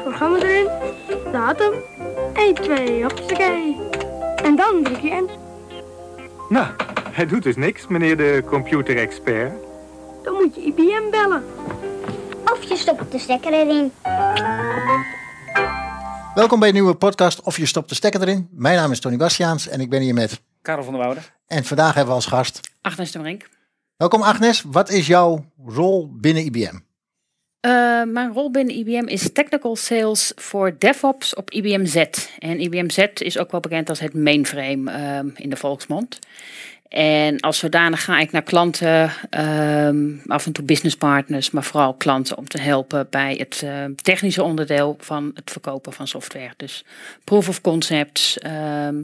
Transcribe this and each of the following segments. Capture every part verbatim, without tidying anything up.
programma erin, datum, één, twee, hoppakee. En dan druk je in. Nou, hij doet dus niks, meneer de computerexpert. Dan moet je I B M bellen. Of je stopt de stekker erin. Welkom bij een nieuwe podcast Of je stopt de stekker erin. Mijn naam is Tony Bastiaans en ik ben hier met... Karel van der Woude. En vandaag hebben we als gast... Agnes de Brink. Welkom Agnes, wat is jouw rol binnen I B M? Uh, mijn rol binnen I B M is Technical Sales voor DevOps op I B M Z. En I B M Z is ook wel bekend als het mainframe uh, in de volksmond. En als zodanig ga ik naar klanten, um, af en toe businesspartners, maar vooral klanten om te helpen bij het uh, technische onderdeel van het verkopen van software. Dus proof of concepts, um,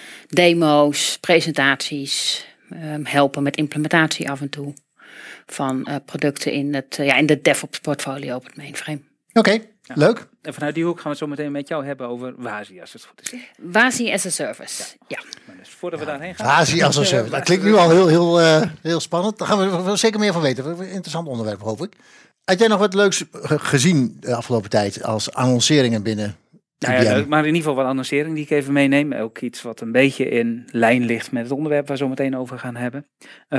demo's, presentaties, um, helpen met implementatie af en toe van uh, producten in, het, uh, ja, in de DevOps portfolio op het mainframe. Oké, okay, ja. Leuk. En vanuit die hoek gaan we het zo meteen met jou hebben over W A S I, als het goed is. W A S I as a service, ja. ja. Maar dus voordat we ja, daarheen gaan... W A S I as a service, dat klinkt nu al heel, heel, uh, heel spannend. Daar gaan we zeker meer van weten. Een interessant onderwerp, hoop ik. Had jij nog wat leuks gezien de afgelopen tijd als annonceringen binnen I B M? Nou ja, maar in ieder geval wat annoncering die ik even meeneem. Ook iets wat een beetje in lijn ligt met het onderwerp waar we zo meteen over gaan hebben.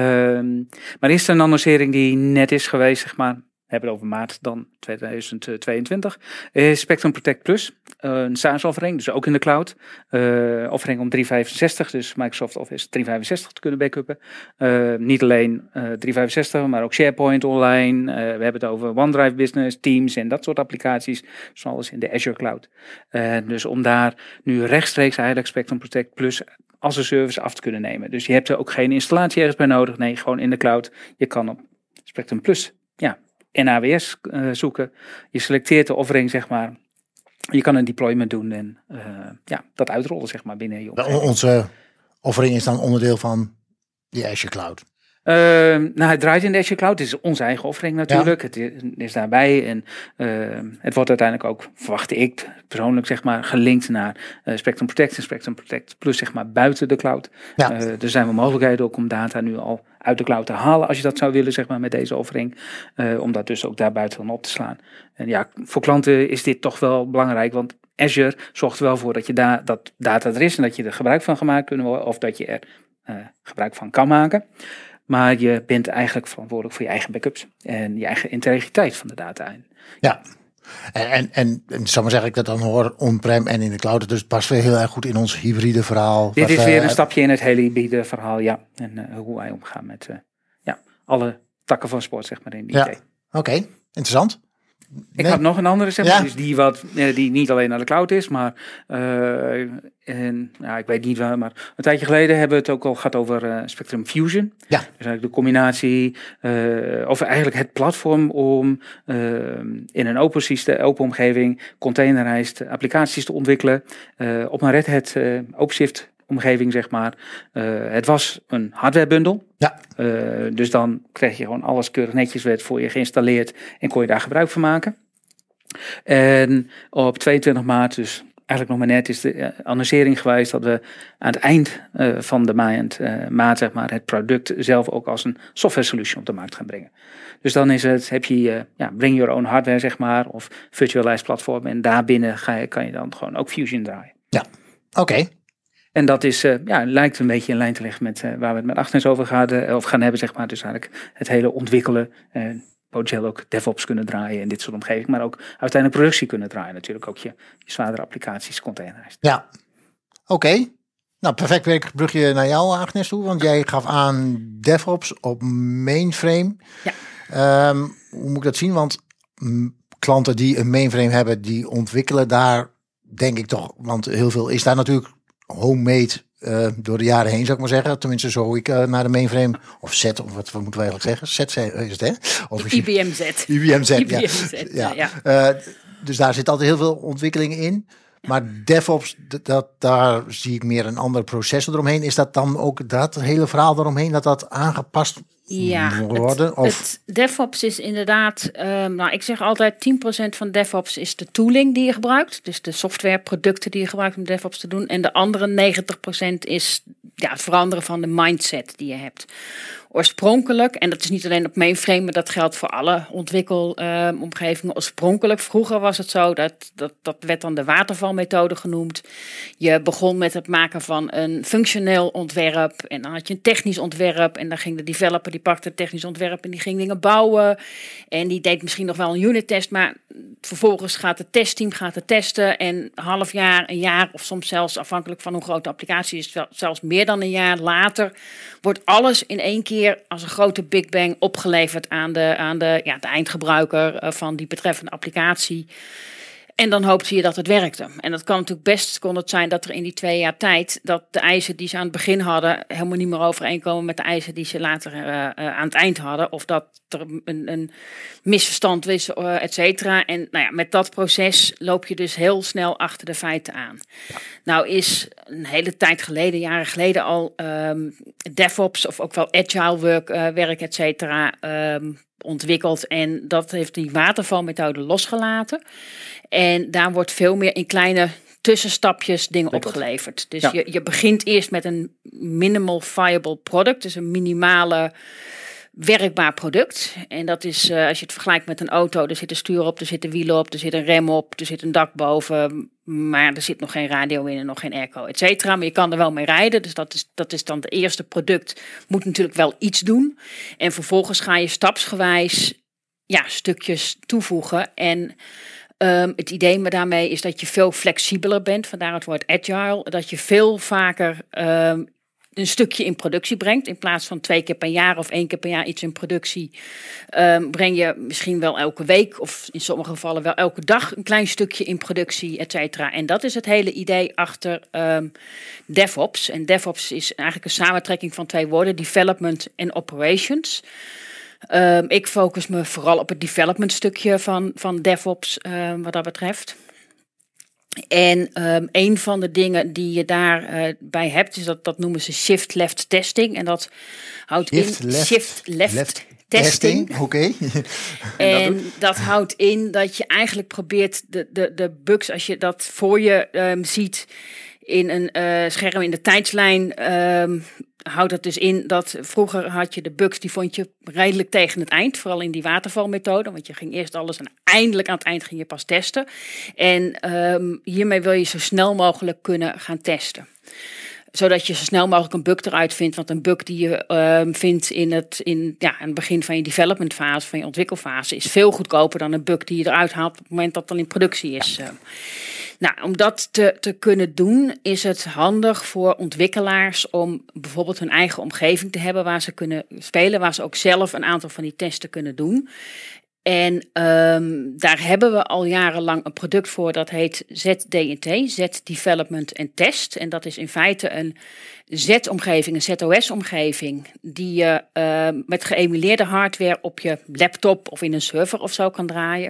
Um, maar eerst een annoncering die net is geweest, zeg maar. We hebben het over maart dan tweeduizend tweeëntwintig. Is Spectrum Protect Plus. Een SaaS-offering, dus ook in de cloud. Uh, offering om driehonderdvijfenzestig, dus Microsoft Office driehonderdvijfenzestig te kunnen backuppen. Uh, niet alleen uh, driehonderdvijfenzestig, maar ook SharePoint online. Uh, we hebben het over OneDrive Business, Teams en dat soort applicaties. Dus alles in de Azure Cloud. Uh, dus om daar nu rechtstreeks eigenlijk Spectrum Protect Plus als een service af te kunnen nemen. Dus je hebt er ook geen installatie ergens bij nodig. Nee, gewoon in de cloud. Je kan op Spectrum Plus, ja, in A W S uh, zoeken. Je selecteert de offering, zeg maar. Je kan een deployment doen en uh, ja, dat uitrollen, zeg maar, binnen je omgeving. Onze offering is dan onderdeel van die Azure Cloud. Uh, nou, het draait in de Azure Cloud. Het is onze eigen offering natuurlijk. Ja. Het is, is daarbij en uh, het wordt uiteindelijk ook, verwacht ik persoonlijk, zeg maar, gelinkt naar uh, Spectrum Protect en Spectrum Protect Plus, zeg maar, buiten de cloud. Ja. Uh, er zijn wel mogelijkheden ook om data nu al uit de cloud te halen, als je dat zou willen, zeg maar, met deze offering. Uh, om dat dus ook daar buiten dan op te slaan. En ja, voor klanten is dit toch wel belangrijk, want Azure zorgt er wel voor dat je da- dat data er is en dat je er gebruik van gemaakt kunnen worden, of dat je er uh, gebruik van kan maken. Maar je bent eigenlijk verantwoordelijk voor je eigen backups en je eigen integriteit van de data. Ja, en, en, en, en zal maar zeggen, ik dat dan hoor on-prem en in de cloud. Dus het past weer heel erg goed in ons hybride verhaal. Dit is weer uh, een stapje in het hele hybride verhaal, ja. En uh, hoe wij omgaan met uh, ja, alle takken van sport, zeg maar, in de ja. I T. Oké, okay. Interessant. Ik nee. had nog een andere, zeg maar, ja. dus die, wat, die niet alleen naar de cloud is, maar uh, en, ja, ik weet niet waar, maar een tijdje geleden hebben we het ook al gehad over uh, Spectrum Fusion. Ja. Dus eigenlijk de combinatie, uh, of eigenlijk het platform om uh, in een open systeem, open omgeving, containerized applicaties te ontwikkelen uh, op een Red Hat uh, OpenShift omgeving, zeg maar. Uh, het was een hardwarebundel. Ja. Uh, dus dan kreeg je gewoon alles keurig netjes werd voor je geïnstalleerd en kon je daar gebruik van maken. En op tweeëntwintig maart, dus eigenlijk nog maar net, is de uh, annoncering geweest dat we aan het eind uh, van de maand, uh, maand, zeg maar, het product zelf ook als een software solution op de markt gaan brengen. Dus dan is het, heb je, uh, ja, bring your own hardware, zeg maar, of virtualized platform, en daarbinnen ga je, kan je dan gewoon ook Fusion draaien. Ja, oké. Okay. En dat is, uh, ja, lijkt een beetje in lijn te liggen met uh, waar we het met Agnes over gaan, uh, of gaan hebben, zeg maar. Dus eigenlijk het hele ontwikkelen, uh, potentieel ook DevOps kunnen draaien in dit soort omgevingen, maar ook uiteindelijk productie kunnen draaien. Natuurlijk ook je, je zwaardere applicaties containerized. Ja, oké. Okay. Nou, perfect werkbrugje naar jou, Agnes, toe, want jij gaf aan DevOps op mainframe. Ja. Um, hoe moet ik dat zien? Want m, klanten die een mainframe hebben, die ontwikkelen daar, denk ik toch, want heel veel is daar natuurlijk homemade uh, door de jaren heen, zou ik maar zeggen. Tenminste, zo ik uh, naar de mainframe, of Z, of wat, wat moeten we eigenlijk zeggen? Z is het, hè? Of I B M Z. I B M Z, I B M ja. Z, ja. ja. Uh, dus daar zit altijd heel veel ontwikkeling in. Maar DevOps, dat, dat, daar zie ik meer een ander proces eromheen. Is dat dan ook dat hele verhaal eromheen, dat dat aangepast ja, moet worden? Het, of? het DevOps is inderdaad, um, nou ik zeg altijd tien procent van DevOps is de tooling die je gebruikt. Dus de softwareproducten die je gebruikt om DevOps te doen. En de andere negentig procent is ja, het veranderen van de mindset die je hebt. Oorspronkelijk, en dat is niet alleen op mainframe, maar dat geldt voor alle ontwikkelomgevingen. Uh, oorspronkelijk, vroeger was het zo, dat, dat, dat werd dan de watervalmethode genoemd. Je begon met het maken van een functioneel ontwerp en dan had je een technisch ontwerp. En dan ging de developer, die pakte het technisch ontwerp en die ging dingen bouwen. En die deed misschien nog wel een unit test, maar vervolgens gaat het testteam gaat het testen. En een half jaar, een jaar of soms zelfs afhankelijk van hoe groot de applicatie is, zelfs meer dan een jaar later, wordt alles in één keer als een grote Big Bang opgeleverd aan de, aan de, ja, de eindgebruiker van die betreffende applicatie. En dan hoopte je dat het werkte. En dat kan natuurlijk best kon het zijn dat er in die twee jaar tijd dat de eisen die ze aan het begin hadden helemaal niet meer overeenkomen met de eisen die ze later uh, uh, aan het eind hadden. Of dat er een, een misverstand was, uh, et cetera. En nou ja, met dat proces loop je dus heel snel achter de feiten aan. Ja. Nou is een hele tijd geleden, jaren geleden al um, DevOps of ook wel agile work, uh, werk, et cetera, um, ontwikkeld. En dat heeft die watervalmethode losgelaten. En daar wordt veel meer in kleine tussenstapjes dingen opgeleverd. Dus ja. je, je begint eerst met een minimal viable product. Dus een minimale werkbaar product. En dat is, uh, als je het vergelijkt met een auto, er zit een stuur op, er zitten wielen op, er zit een rem op, er zit een dak boven, maar er zit nog geen radio in en nog geen airco, et cetera. Maar je kan er wel mee rijden, dus dat is, dat is dan het eerste product. Moet natuurlijk wel iets doen. En vervolgens ga je stapsgewijs ja, stukjes toevoegen. En um, het idee maar daarmee is dat je veel flexibeler bent, vandaar het woord agile, dat je veel vaker um, een stukje in productie brengt. In plaats van twee keer per jaar of één keer per jaar iets in productie, um, breng je misschien wel elke week of in sommige gevallen wel elke dag een klein stukje in productie, et cetera. En dat is het hele idee achter um, DevOps. En DevOps is eigenlijk een samentrekking van twee woorden, development en operations. Um, ik focus me vooral op het development stukje van, van DevOps um, wat dat betreft. En um, een van de dingen die je daarbij uh, bij hebt, is dat, dat noemen ze shift left testing. En dat houdt shift in left, shift left, left testing. Oké. Okay. En dat, dat houdt in dat je eigenlijk probeert de, de, de bugs, als je dat voor je um, ziet in een uh, scherm in de tijdslijn, um, houdt dat dus in dat vroeger had je de bugs, die vond je redelijk tegen het eind. Vooral in die watervalmethode. Want je ging eerst alles en eindelijk aan het eind ging je pas testen. En um, hiermee wil je zo snel mogelijk kunnen gaan testen. Zodat je zo snel mogelijk een bug eruit vindt. Want een bug die je um, vindt in het, in, ja, aan het begin van je development fase, van je ontwikkelfase, is veel goedkoper dan een bug die je eruit haalt op het moment dat het dan in productie is. Uh. Nou, om dat te, te kunnen doen is het handig voor ontwikkelaars om bijvoorbeeld hun eigen omgeving te hebben waar ze kunnen spelen, waar ze ook zelf een aantal van die testen kunnen doen. En um, daar hebben we al jarenlang een product voor, dat heet Z D en T, Z Development and Test. En dat is in feite een Z-omgeving, een Z O S-omgeving, die je uh, met geëmuleerde hardware op je laptop of in een server of zo kan draaien.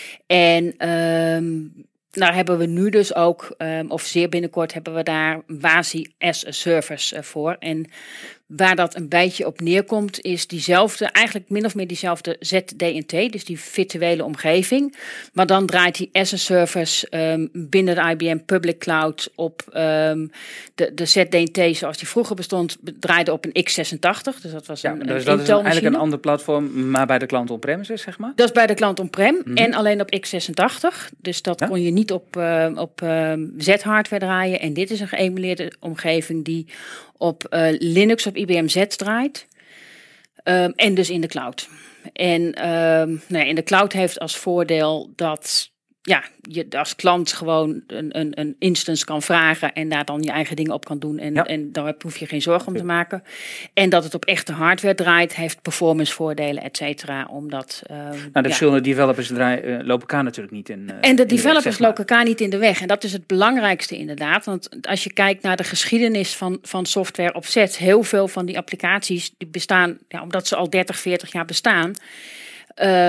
En um, daar hebben we nu dus ook, um, of zeer binnenkort hebben we daar W A S I as a Service uh, voor. En waar dat een beetje op neerkomt is diezelfde, eigenlijk min of meer diezelfde Z D en T, dus die virtuele omgeving. Maar dan draait die as a Service um, binnen de I B M Public Cloud op um, de, de Z D en T zoals die vroeger bestond, draaide op een x zesentachtig. Dus dat was ja, een, dus een dat is eigenlijk machine. een ander platform, maar bij de klant on-premises, zeg maar? Dat is bij de klant on-prem Mm-hmm. en alleen op x zesentachtig. Dus dat ja? kon je niet op, uh, op uh, Z-hardware draaien. En dit is een geëmuleerde omgeving die op uh, Linux op I B M Z draait. Um, en dus in de cloud. En um, nou ja, in de cloud heeft als voordeel dat ja, je als klant gewoon een, een, een instance kan vragen en daar dan je eigen dingen op kan doen. En, ja. en daar hoef je geen zorgen om te maken. En dat het op echte hardware draait, heeft performance voordelen, et cetera. Omdat, um, nou, de ja. verschillende developers draaien, uh, lopen elkaar natuurlijk niet in. Uh, en de in developers de weg, zeg maar. lopen elkaar niet in de weg. En dat is het belangrijkste inderdaad. Want als je kijkt naar de geschiedenis van, van software op Z, heel veel van die applicaties die bestaan, ja, omdat ze al dertig, veertig jaar bestaan, Um,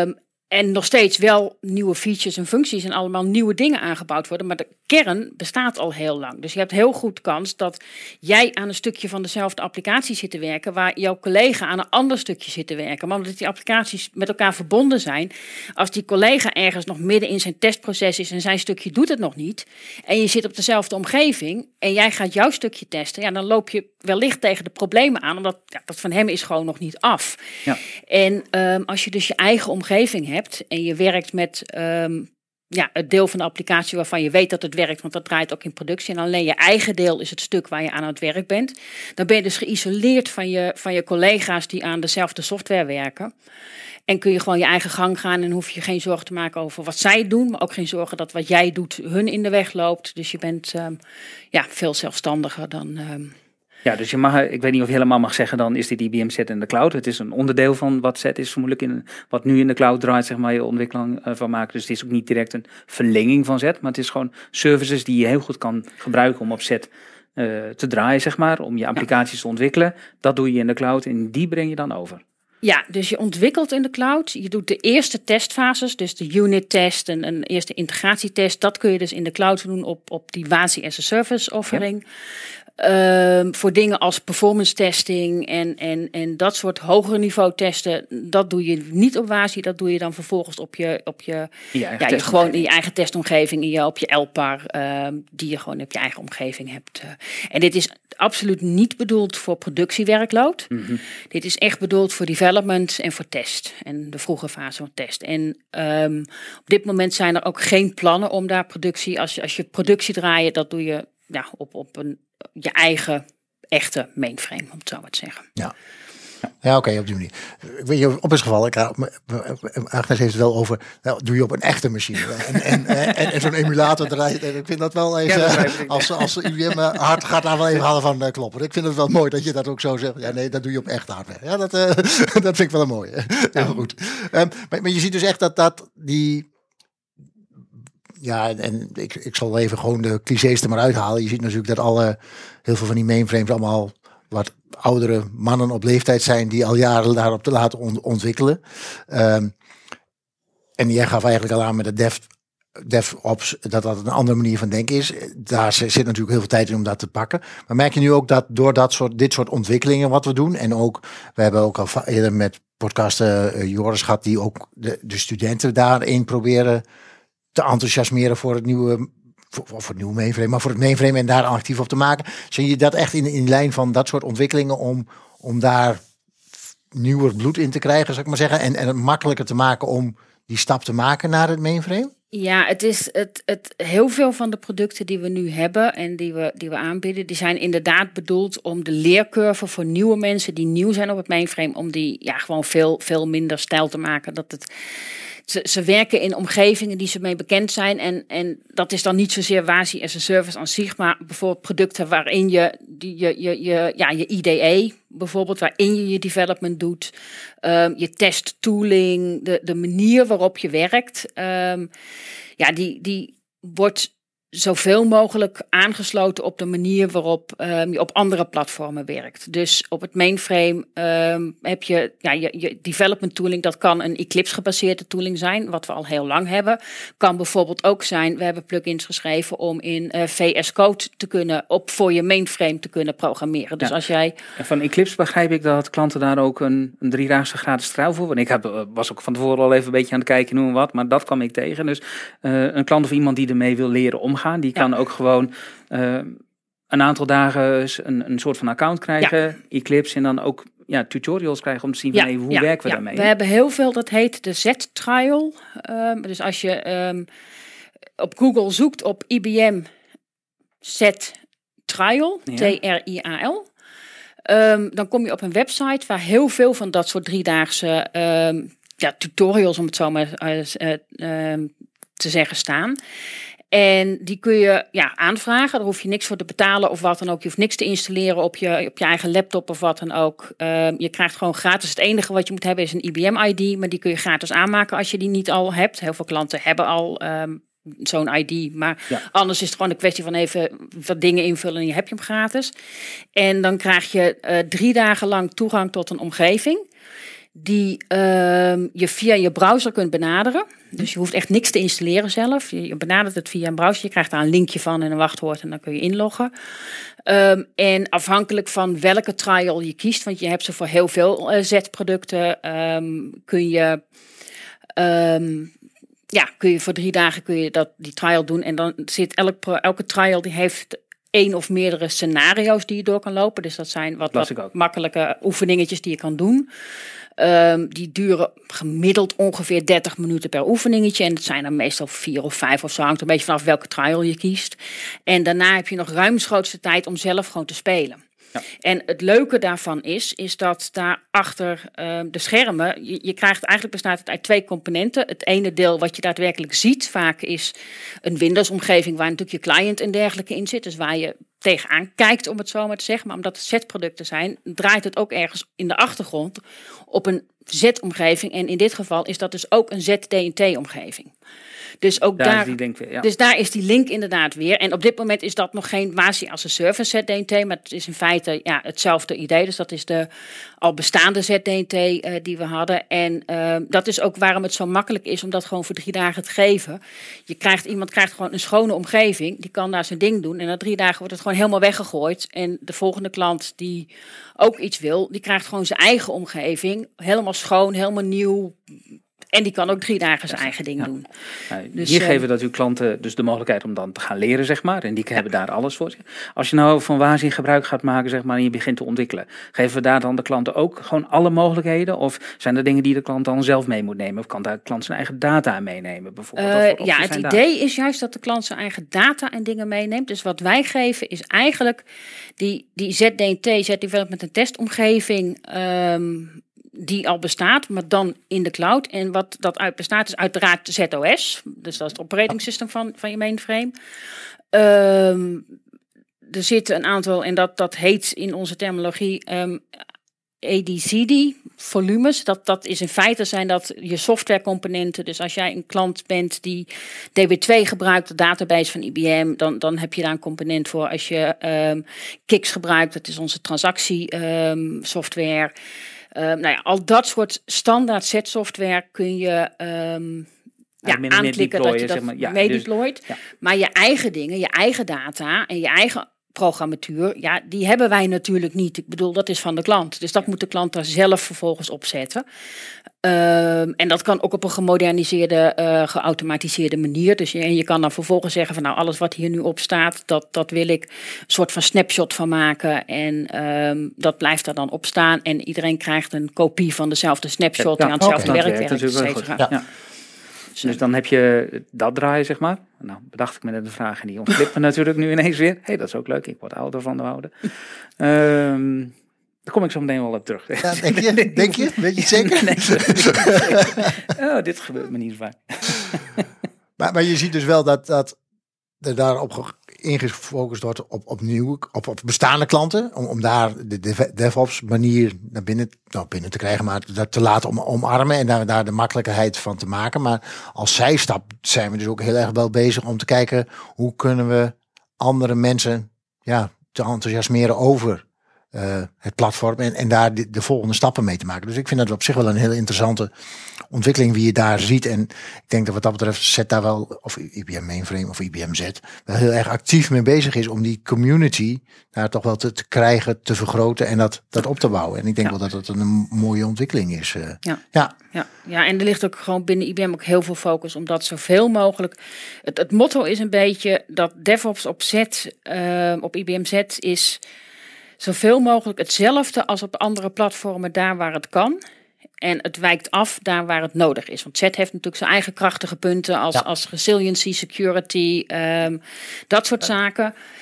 En nog steeds wel nieuwe features en functies en allemaal nieuwe dingen aangebouwd worden. Maar de kern bestaat al heel lang. Dus je hebt heel goed kans dat jij aan een stukje van dezelfde applicatie zit te werken, waar jouw collega aan een ander stukje zit te werken. Maar omdat die applicaties met elkaar verbonden zijn, als die collega ergens nog midden in zijn testproces is en zijn stukje doet het nog niet, en je zit op dezelfde omgeving en jij gaat jouw stukje testen, ja, dan loop je wellicht tegen de problemen aan, omdat ja, dat van hem is gewoon nog niet af. Ja. En um, als je dus je eigen omgeving hebt, en je werkt met um, ja, het deel van de applicatie waarvan je weet dat het werkt, want dat draait ook in productie. En alleen je eigen deel is het stuk waar je aan het werk bent. Dan ben je dus geïsoleerd van je, van je collega's die aan dezelfde software werken. En kun je gewoon je eigen gang gaan en hoef je geen zorgen te maken over wat zij doen, maar ook geen zorgen dat wat jij doet hun in de weg loopt. Dus je bent um, ja, veel zelfstandiger dan... Um, Ja, dus je mag, ik weet niet of je helemaal mag zeggen, dan is dit I B M Z in de cloud. Het is een onderdeel van wat Z is vermoedelijk in wat nu in de cloud draait, zeg maar, je ontwikkeling uh, van maken. Dus het is ook niet direct een verlenging van Z, maar het is gewoon services die je heel goed kan gebruiken om op Z uh, te draaien, zeg maar, om je applicaties ja. te ontwikkelen. Dat doe je in de cloud en die breng je dan over. Ja, dus je ontwikkelt in de cloud. Je doet de eerste testfases, dus de unit test en een eerste integratietest. Dat kun je dus in de cloud doen op, op die W A S I as a Service offering. Ja. Um, voor dingen als performance testing en, en, en dat soort hogere niveau testen, dat doe je niet op W A S I, dat doe je dan vervolgens op je, op je, je, ja, je gewoon in je eigen testomgeving, in je, op je L P A R, um, die je gewoon op je eigen omgeving hebt. Uh, en dit is absoluut niet bedoeld voor productiewerkload. Mm-hmm. Dit is echt bedoeld voor development en voor test en de vroege fase van test. En um, op dit moment zijn er ook geen plannen om daar productie, als je, als je productie draaien, dat doe je ja, op, op een je eigen echte mainframe, om het zo maar te zeggen. Ja, ja oké, okay, op die manier. Ik weet je, op is gevallen, Agnes heeft het wel over, nou, doe je op een echte machine. en, en, en, en, en zo'n emulator draait. Ik vind dat wel even, ja, dat als, als I B M hard gaat daar wel even halen van uh, kloppen. Ik vind het wel mooi dat je dat ook zo zegt. Ja, nee, dat doe je op echt hardware. Ja, dat, uh, dat vind ik wel een mooie. Heel ja. goed. Um, maar, maar je ziet dus echt dat, dat die... Ja, en ik, ik zal even gewoon de clichés er maar uithalen. Je ziet natuurlijk dat alle, heel veel van die mainframes allemaal wat oudere mannen op leeftijd zijn die al jaren daarop te laten on- ontwikkelen. Um, en jij gaf eigenlijk al aan met de dev, DevOps dat dat een andere manier van denken is. Daar zit natuurlijk heel veel tijd in om dat te pakken. Maar merk je nu ook dat door dat soort, dit soort ontwikkelingen wat we doen, en ook, we hebben ook al eerder met podcasten uh, Joris gehad, die ook de, de studenten daarin proberen te enthousiasmeren voor het nieuwe, voor, voor het nieuwe mainframe, maar voor het mainframe en daar actief op te maken. Zie je dat echt in, in lijn van dat soort ontwikkelingen om, om daar nieuwer bloed in te krijgen, zou ik maar zeggen, en, en het makkelijker te maken om die stap te maken naar het mainframe? Ja, het is het, het heel veel van de producten die we nu hebben en die we, die we aanbieden, die zijn inderdaad bedoeld om de leercurve voor nieuwe mensen die nieuw zijn op het mainframe, om die ja gewoon veel, veel minder stijl te maken. Dat het Ze, ze werken in omgevingen die ze mee bekend zijn. En, en dat is dan niet zozeer W A S I as a Service aan zich, maar bijvoorbeeld producten waarin je die, je, je, je, ja, je I D E, bijvoorbeeld, waarin je je development doet, um, je testtooling, de, de manier waarop je werkt, um, ja, die, die wordt zoveel mogelijk aangesloten op de manier waarop um, je op andere platformen werkt. Dus op het mainframe um, heb je, ja, je je development tooling, dat kan een Eclipse gebaseerde tooling zijn, wat we al heel lang hebben. Kan bijvoorbeeld ook zijn, we hebben plugins geschreven om in uh, V S Code te kunnen, op voor je mainframe te kunnen programmeren. Dus ja. als jij... En van Eclipse begrijp ik dat klanten daar ook een, een driedaagse gratis trial voor. Want ik heb, was ook van tevoren al even een beetje aan het kijken, noem wat, maar dat kwam ik tegen. Dus uh, een klant of iemand die ermee wil leren omgaan, die kan ja. ook gewoon uh, een aantal dagen een, een soort van account krijgen, ja. Eclipse, en dan ook ja, tutorials krijgen om te zien van, ja, hey, hoe ja, werken we ja. daarmee. We hebben heel veel, dat heet de Z-trial. Um, dus als je um, op Google zoekt op I B M Z-trial, ja. T R I A L, um, dan kom je op een website waar heel veel van dat soort driedaagse um, ja, tutorials, om het zo maar uh, uh, um, te zeggen, staan. En die kun je ja, aanvragen. Daar hoef je niks voor te betalen of wat dan ook. Je hoeft niks te installeren op je, op je eigen laptop of wat dan ook. Uh, je krijgt gewoon gratis. Het enige wat je moet hebben is een I B M I D. Maar die kun je gratis aanmaken als je die niet al hebt. Heel veel klanten hebben al um, zo'n I D. Maar ja. anders is het gewoon een kwestie van even wat dingen invullen en je hebt je hem gratis. En dan krijg je uh, drie dagen lang toegang tot een omgeving die um, je via je browser kunt benaderen. Dus je hoeft echt niks te installeren zelf. Je, je benadert het via een browser. Je krijgt daar een linkje van en een wachtwoord en dan kun je inloggen. Um, en afhankelijk van welke trial je kiest, want je hebt ze voor heel veel uh, Z-producten, um, kun je... Um, Ja, kun je voor drie dagen kun je dat, die trial doen. En dan zit elk, elke trial die heeft één of meerdere scenario's die je door kan lopen. Dus dat zijn wat, wat makkelijke oefeningetjes die je kan doen. Um, die duren gemiddeld ongeveer dertig minuten per oefeningetje. En het zijn er meestal vier of vijf of zo. Hangt een beetje vanaf welke trial je kiest. En daarna heb je nog ruimschoots tijd om zelf gewoon te spelen. Ja. En het leuke daarvan is, is dat daar achter uh, de schermen, je, je krijgt eigenlijk bestaat het uit twee componenten. Het ene deel wat je daadwerkelijk ziet vaak is een Windows-omgeving waar natuurlijk je client en dergelijke in zit. Dus waar je tegenaan kijkt, om het zo maar te zeggen. Maar omdat het Z-producten zijn, draait het ook ergens in de achtergrond op een Z-omgeving. En in dit geval is dat dus ook een Z D en T-omgeving. Dus ook daar, daar, is die link weer, ja. dus daar is die link inderdaad weer. En op dit moment is dat nog geen W A S I as a Service Z D en T, maar het is in feite ja, hetzelfde idee. Dus dat is de al bestaande Z D en T uh, die we hadden. En uh, dat is ook waarom het zo makkelijk is om dat gewoon voor drie dagen te geven. Je krijgt, iemand krijgt gewoon een schone omgeving, die kan daar zijn ding doen. En na drie dagen wordt het gewoon helemaal weggegooid. En de volgende klant die ook iets wil, die krijgt gewoon zijn eigen omgeving. Helemaal schoon, helemaal nieuw. En die kan ook drie dagen zijn eigen ding ja. doen. Nou, dus, hier uh, geven dat uw klanten dus de mogelijkheid om dan te gaan leren, zeg maar. En die ja. hebben daar alles voor. Als je nou van W A S I gebruik gaat maken, zeg maar, en je begint te ontwikkelen, geven we daar dan de klanten ook gewoon alle mogelijkheden? Of zijn er dingen die de klant dan zelf mee moet nemen? Of kan de klant zijn eigen data meenemen, bijvoorbeeld? Uh, ja, het idee daar? is juist dat de klant zijn eigen data en dingen meeneemt. Dus wat wij geven is eigenlijk die, die Z D en T, Z Development en Testomgeving, Um, die al bestaat, maar dan in de cloud. En wat dat uit bestaat is uiteraard Z O S. Dus dat is het operating system van, van je mainframe. Um, er zitten een aantal, en dat, dat heet in onze terminologie um, A D C D volumes. Dat, dat is in feite zijn dat je softwarecomponenten. Dus als jij een klant bent die D B twee gebruikt, de database van I B M, dan, dan heb je daar een component voor. Als je um, Kix gebruikt, dat is onze transactie um, software. Uh, nou ja, al dat soort standaard Z-software kun je um, ja, ja, aanklikken dat je dat zeg maar, ja, mee deployt. Dus, ja. Maar je eigen dingen, je eigen data en je eigen programmatuur, ja, die hebben wij natuurlijk niet. Ik bedoel, dat is van de klant. Dus dat ja. moet de klant daar zelf vervolgens opzetten. Um, en dat kan ook op een gemoderniseerde, uh, geautomatiseerde manier. Dus je, en je kan dan vervolgens zeggen van nou, alles wat hier nu op staat, dat, dat wil ik een soort van snapshot van maken. En um, dat blijft daar dan op staan. En iedereen krijgt een kopie van dezelfde snapshot ja, die aan hetzelfde okay. werk werkt. Ja, werkt ja. Ja. Dus dan heb je dat draaien, zeg maar. Nou, bedacht ik me net een vraag en die ontglipt me natuurlijk nu ineens weer. Hé, hey, dat is ook leuk. Ik word ouder van de oude. Um, daar kom ik zo meteen wel op terug. Ja, denk je? Denk je? Weet je het zeker? Nee, zeker. Oh, dit gebeurt me niet vaak. maar, maar je ziet dus wel dat, dat er daarop ingefocust wordt op, op, nieuwe, op, op bestaande klanten. Om, om daar de DevOps manier naar binnen, nou, binnen te krijgen, maar dat te laten om, omarmen en daar, daar de makkelijkheid van te maken. Maar als zijstap zijn we dus ook heel erg wel bezig om te kijken hoe kunnen we andere mensen ja, te enthousiasmeren over Uh, het platform en, en daar de, de volgende stappen mee te maken. Dus ik vind dat op zich wel een heel interessante ontwikkeling wie je daar ziet. En ik denk dat wat dat betreft Z daar wel, of I B M Mainframe of I B M Z, wel heel erg actief mee bezig is om die community daar toch wel te, te krijgen, te vergroten en dat, dat op te bouwen. En ik denk ja. wel dat dat een mooie ontwikkeling is. Uh, ja. Ja. Ja. ja, en er ligt ook gewoon binnen I B M ook heel veel focus om dat zoveel mogelijk. Het, het motto is een beetje dat DevOps op Z, uh, op I B M Z is zoveel mogelijk hetzelfde als op andere platformen daar waar het kan. En het wijkt af daar waar het nodig is. Want Z heeft natuurlijk zijn eigen krachtige punten als, ja. als resiliency, security, um, dat soort ja. zaken.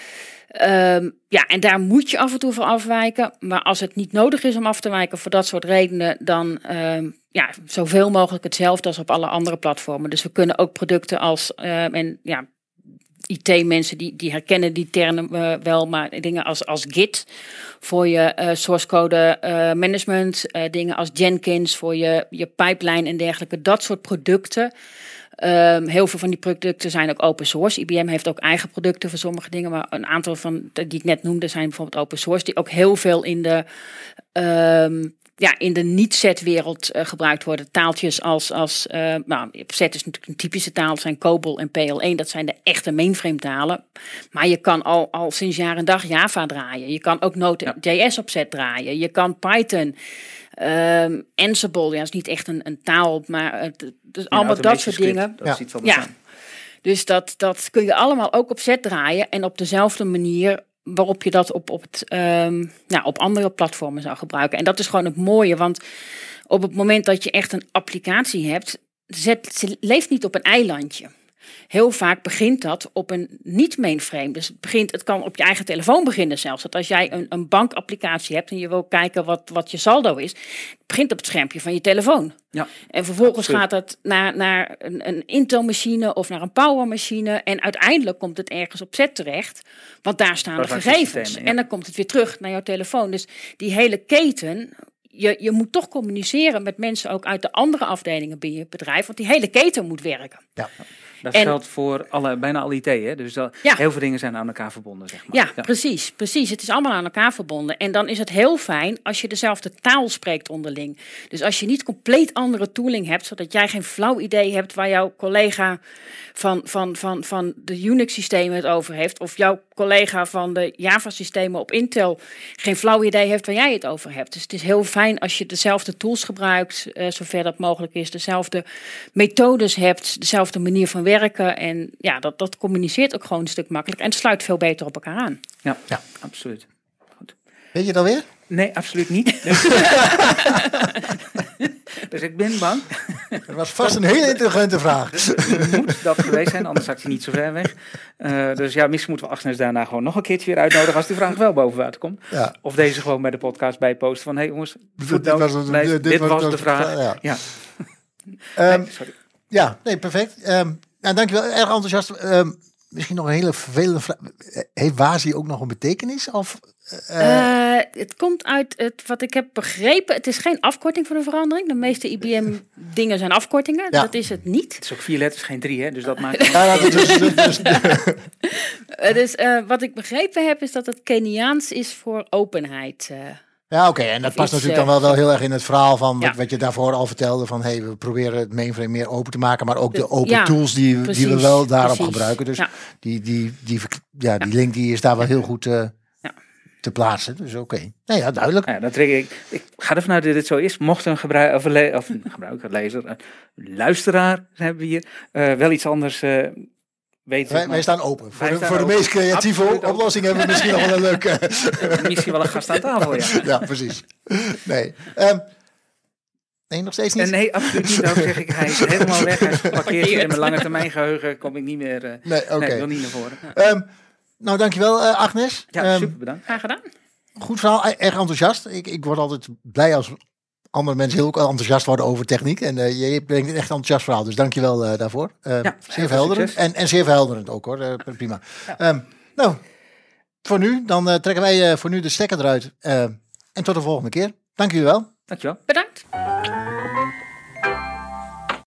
Um, ja, en daar moet je af en toe voor afwijken. Maar als het niet nodig is om af te wijken voor dat soort redenen, dan um, ja, zoveel mogelijk hetzelfde als op alle andere platformen. Dus we kunnen ook producten als uh, en ja. I T-mensen die, die herkennen die termen uh, wel, maar dingen als, als Git voor je uh, source code uh, management, uh, dingen als Jenkins voor je, je pipeline en dergelijke, dat soort producten. Um, heel veel van die producten zijn ook open source. I B M heeft ook eigen producten voor sommige dingen, maar een aantal van die ik net noemde zijn bijvoorbeeld open source, die ook heel veel in de um, ja, in de niet-Z-wereld uh, gebruikt worden. Taaltjes als, als uh, nou, Z is natuurlijk een typische taal, dat zijn COBOL en P L één, dat zijn de echte mainframe talen. Maar je kan al, al sinds jaar en dag Java draaien. Je kan ook Node.js op Z draaien. Je kan Python, um, Ansible, ja, dat is niet echt een, een taal, maar het, dus allemaal dat soort script, dingen. Dat ja. is iets ja. Dus dat, dat kun je allemaal ook op Z draaien en op dezelfde manier waarop je dat op, op, het, um, nou, op andere platformen zou gebruiken. En dat is gewoon het mooie, want op het moment dat je echt een applicatie hebt, ze leeft niet op een eilandje. Heel vaak begint dat op een niet-mainframe. Dus het, begint, het kan op je eigen telefoon beginnen zelfs. Dat als jij een, een bankapplicatie hebt en je wil kijken wat, wat je saldo is, het begint op het schermpje van je telefoon. Ja. En vervolgens Absoluut. gaat het naar, naar een, een Intel-machine of naar een Power-machine. En uiteindelijk komt het ergens op Z terecht, want daar staan de gegevens. Systemen, ja. En dan komt het weer terug naar jouw telefoon. Dus die hele keten, je, je moet toch communiceren met mensen ook uit de andere afdelingen binnen je bedrijf, want die hele keten moet werken. Ja. Dat en, geldt voor alle, bijna alle I T, hè? Dus dat, ja. heel veel dingen zijn aan elkaar verbonden, zeg maar. Ja, ja, precies, precies. Het is allemaal aan elkaar verbonden. En dan is het heel fijn als je dezelfde taal spreekt onderling. Dus als je niet compleet andere tooling hebt, zodat jij geen flauw idee hebt waar jouw collega van, van, van, van de Unix-systemen het over heeft, of jouw collega van de Java-systemen op Intel geen flauw idee heeft waar jij het over hebt. Dus het is heel fijn als je dezelfde tools gebruikt, uh, zover dat mogelijk is, dezelfde methodes hebt, dezelfde manier van werken. En ja, dat, dat communiceert ook gewoon een stuk makkelijker en het sluit veel beter op elkaar aan. Ja, ja. absoluut. Goed. Weet je het alweer? Nee, absoluut niet. Dus ik ben bang. Dat was vast een hele intelligente vraag. Moet dat geweest zijn, anders zat hij niet zo ver weg. Uh, dus ja, misschien moeten we Agnes daarna gewoon nog een keertje weer uitnodigen als die vraag wel boven water komt. Ja. Of deze gewoon bij de podcast bijposten van, hé hey, jongens, dit was, het, lijst, dit, dit was, was de vraag. vraag. Ja. Ja. Um, nee, sorry. Ja, nee, perfect. Um, nou, dankjewel, erg enthousiast. Um, misschien nog een hele vervelende vraag. Heeft WASI ook nog een betekenis? Of, uh... Uh, het komt uit het, wat ik heb begrepen. Het is geen afkorting voor de verandering. De meeste I B M-dingen zijn afkortingen. Ja. Dat is het niet. Het is ook vier letters, geen drie, hè? Dus dat maakt... ja, dat is, dus, dus, dus uh, wat ik begrepen heb, is dat het Keniaans is voor openheid. Uh, Ja, oké. Okay. En dat past natuurlijk dan wel, wel heel erg in het verhaal van wat, ja. wat je daarvoor al vertelde. Van hey, we proberen het mainframe meer open te maken. Maar ook de open ja, tools die, precies, die we wel daarop precies. gebruiken. Dus ja. die, die, die, ja, die link die is daar wel heel goed uh, ja. te plaatsen. Dus oké. Okay. Nou ja, duidelijk. Ja, dat ik, ik ga ervan uit dat dit zo is. Mocht een gebruik, of een, le- of een gebruiker, lezer, een luisteraar hebben we hier. Uh, wel iets anders... Uh, Weet wij, wij staan open. Voor, de, voor de meest creatieve Absoluut oplossing open. Hebben we misschien nog wel een leuke... misschien wel een gast aan tafel, ja. Ja, precies. Nee. Um, nee, nog steeds niet? Nee, absoluut niet. Daarom zeg ik, hij is helemaal weg. Hij is geparkeerd in mijn lange termijn geheugen. Kom ik niet meer... Uh, nee, oké. Okay. Nee, wil niet naar voren. Um, nou, dankjewel uh, Agnes. Ja, um, super bedankt. Graag gedaan. Goed verhaal, erg enthousiast. Ik, ik word altijd blij als andere mensen heel enthousiast worden over techniek. En uh, je brengt een echt enthousiast verhaal. Dus dank je wel uh, daarvoor. Uh, ja, zeer verhelderend. En, en zeer verhelderend ook hoor. Uh, prima. Ja. Um, nou, voor nu. Dan uh, trekken wij uh, voor nu de stekker eruit. Uh, en tot de volgende keer. Dank jullie wel. Dankjewel. Bedankt.